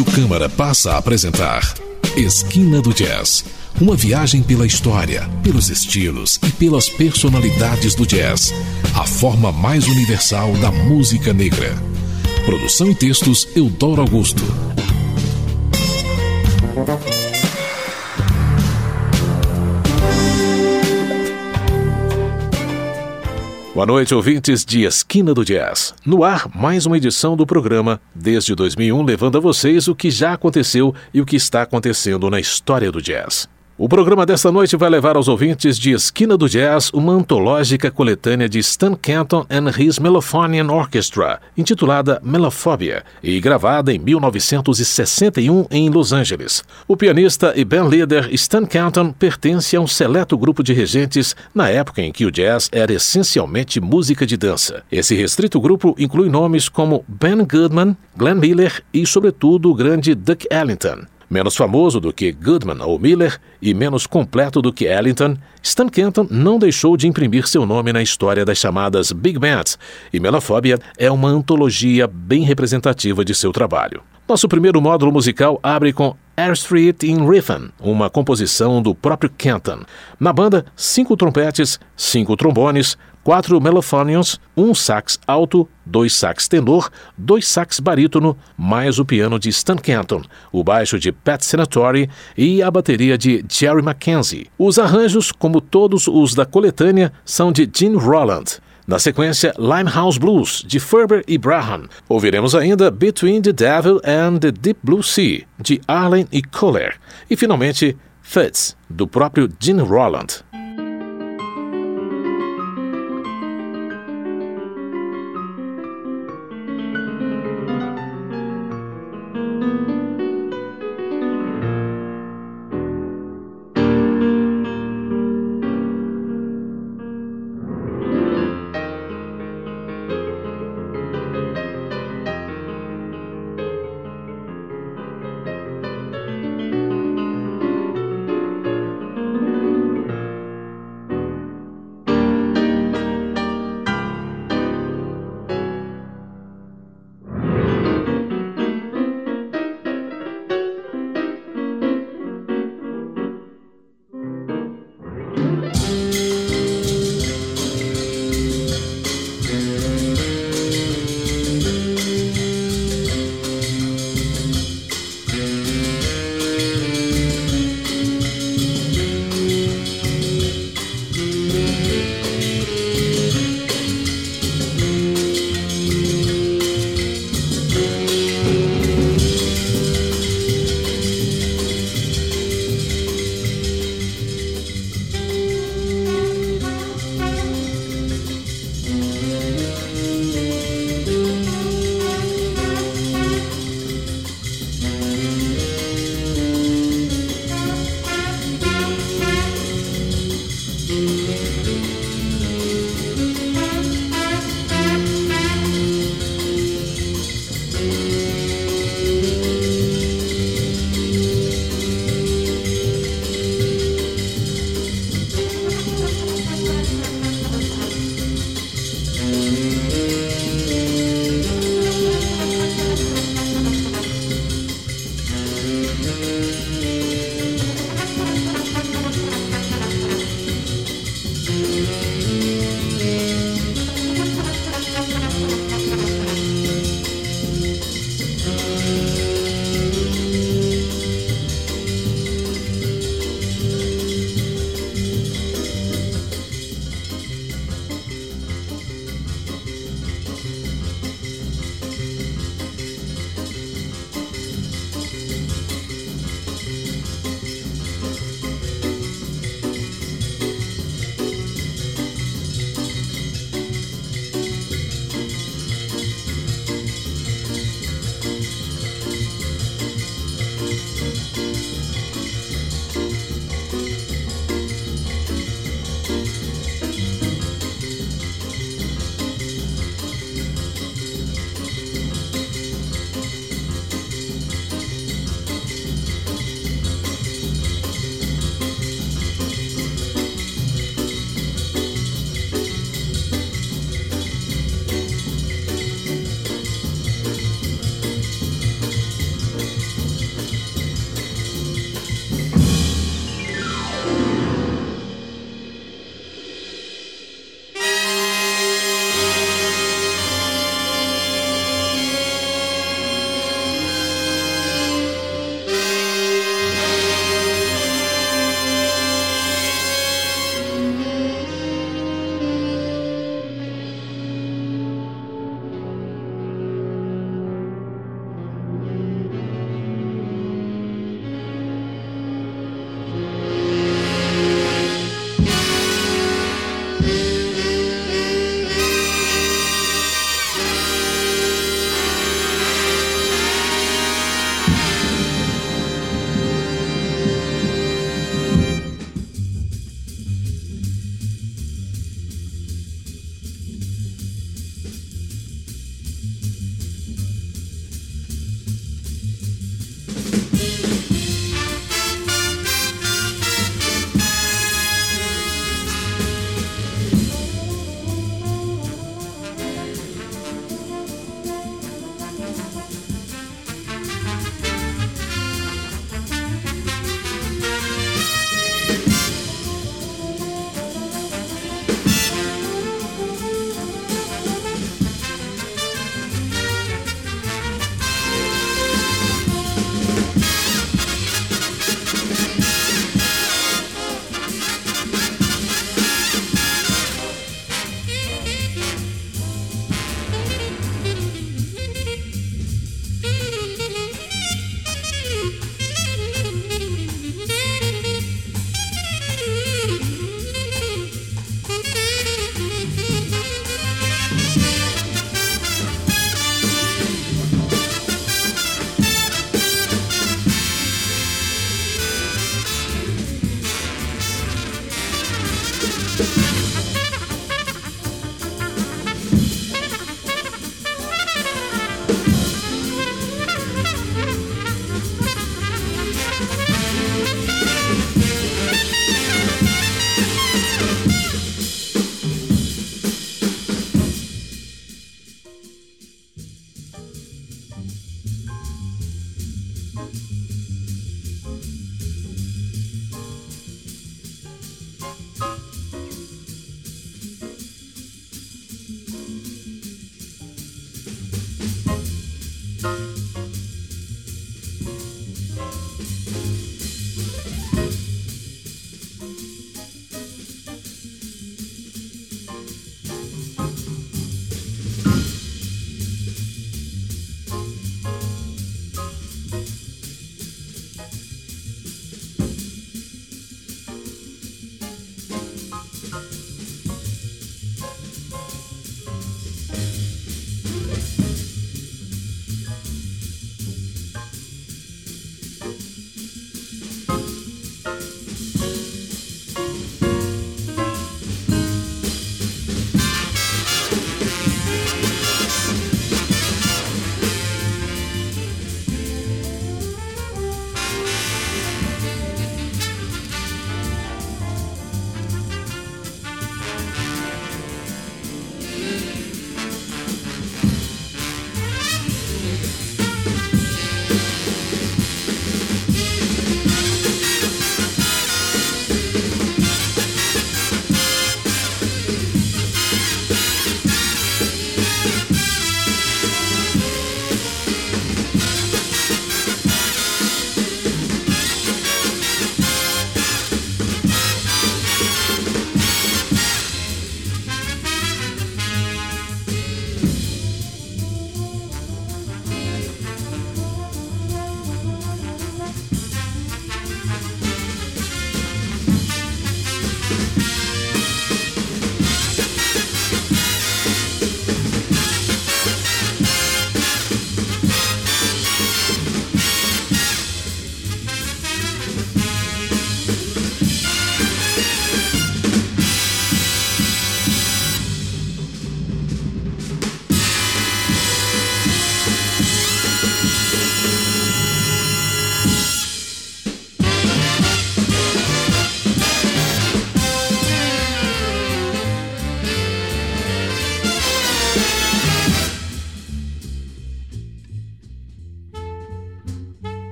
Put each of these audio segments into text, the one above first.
Rádio Câmara passa a apresentar Esquina do Jazz. Uma viagem pela história, pelos estilos e pelas personalidades do jazz. A forma mais universal da música negra. Produção e textos Eudoro Augusto. Boa noite, ouvintes de Esquina do Jazz. No ar, mais uma edição do programa, desde 2001, levando a vocês o que já aconteceu e o que está acontecendo na história do jazz. O programa desta noite vai levar aos ouvintes de Esquina do Jazz uma antológica coletânea de Stan Kenton and His Melophonian Orchestra, intitulada Melophobia, e gravada em 1961 em Los Angeles. O pianista e bandleader Stan Kenton pertence a um seleto grupo de regentes na época em que o jazz era essencialmente música de dança. Esse restrito grupo inclui nomes como Ben Goodman, Glenn Miller e, sobretudo, o grande Duke Ellington. Menos famoso do que Goodman ou Miller e menos completo do que Ellington, Stan Kenton não deixou de imprimir seu nome na história das chamadas Big Bands, e Melophobia é uma antologia bem representativa de seu trabalho. Nosso primeiro módulo musical abre com Air Street in Rhythm, uma composição do próprio Kenton. Na banda, 5 trompetes, 5 trombones, 4 melophonions, 1 sax alto, 2 sax tenor, 2 sax barítono, mais o piano de Stan Kenton, o baixo de Pat Senatori e a bateria de Jerry Mackenzie. Os arranjos, como todos os da coletânea, são de Gene Roland. Na sequência, Limehouse Blues, de Ferber e Braham. Ouviremos ainda Between the Devil and the Deep Blue Sea, de Arlen e Kohler. E, finalmente, Fuzz, do próprio Gene Roland.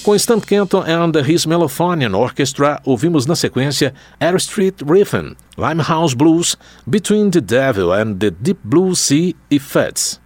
Com Stan Kenton and His Melophonian Orchestra, ouvimos na sequência Air Street Rhythm, Limehouse Blues, Between the Devil and the Deep Blue Sea e Fats.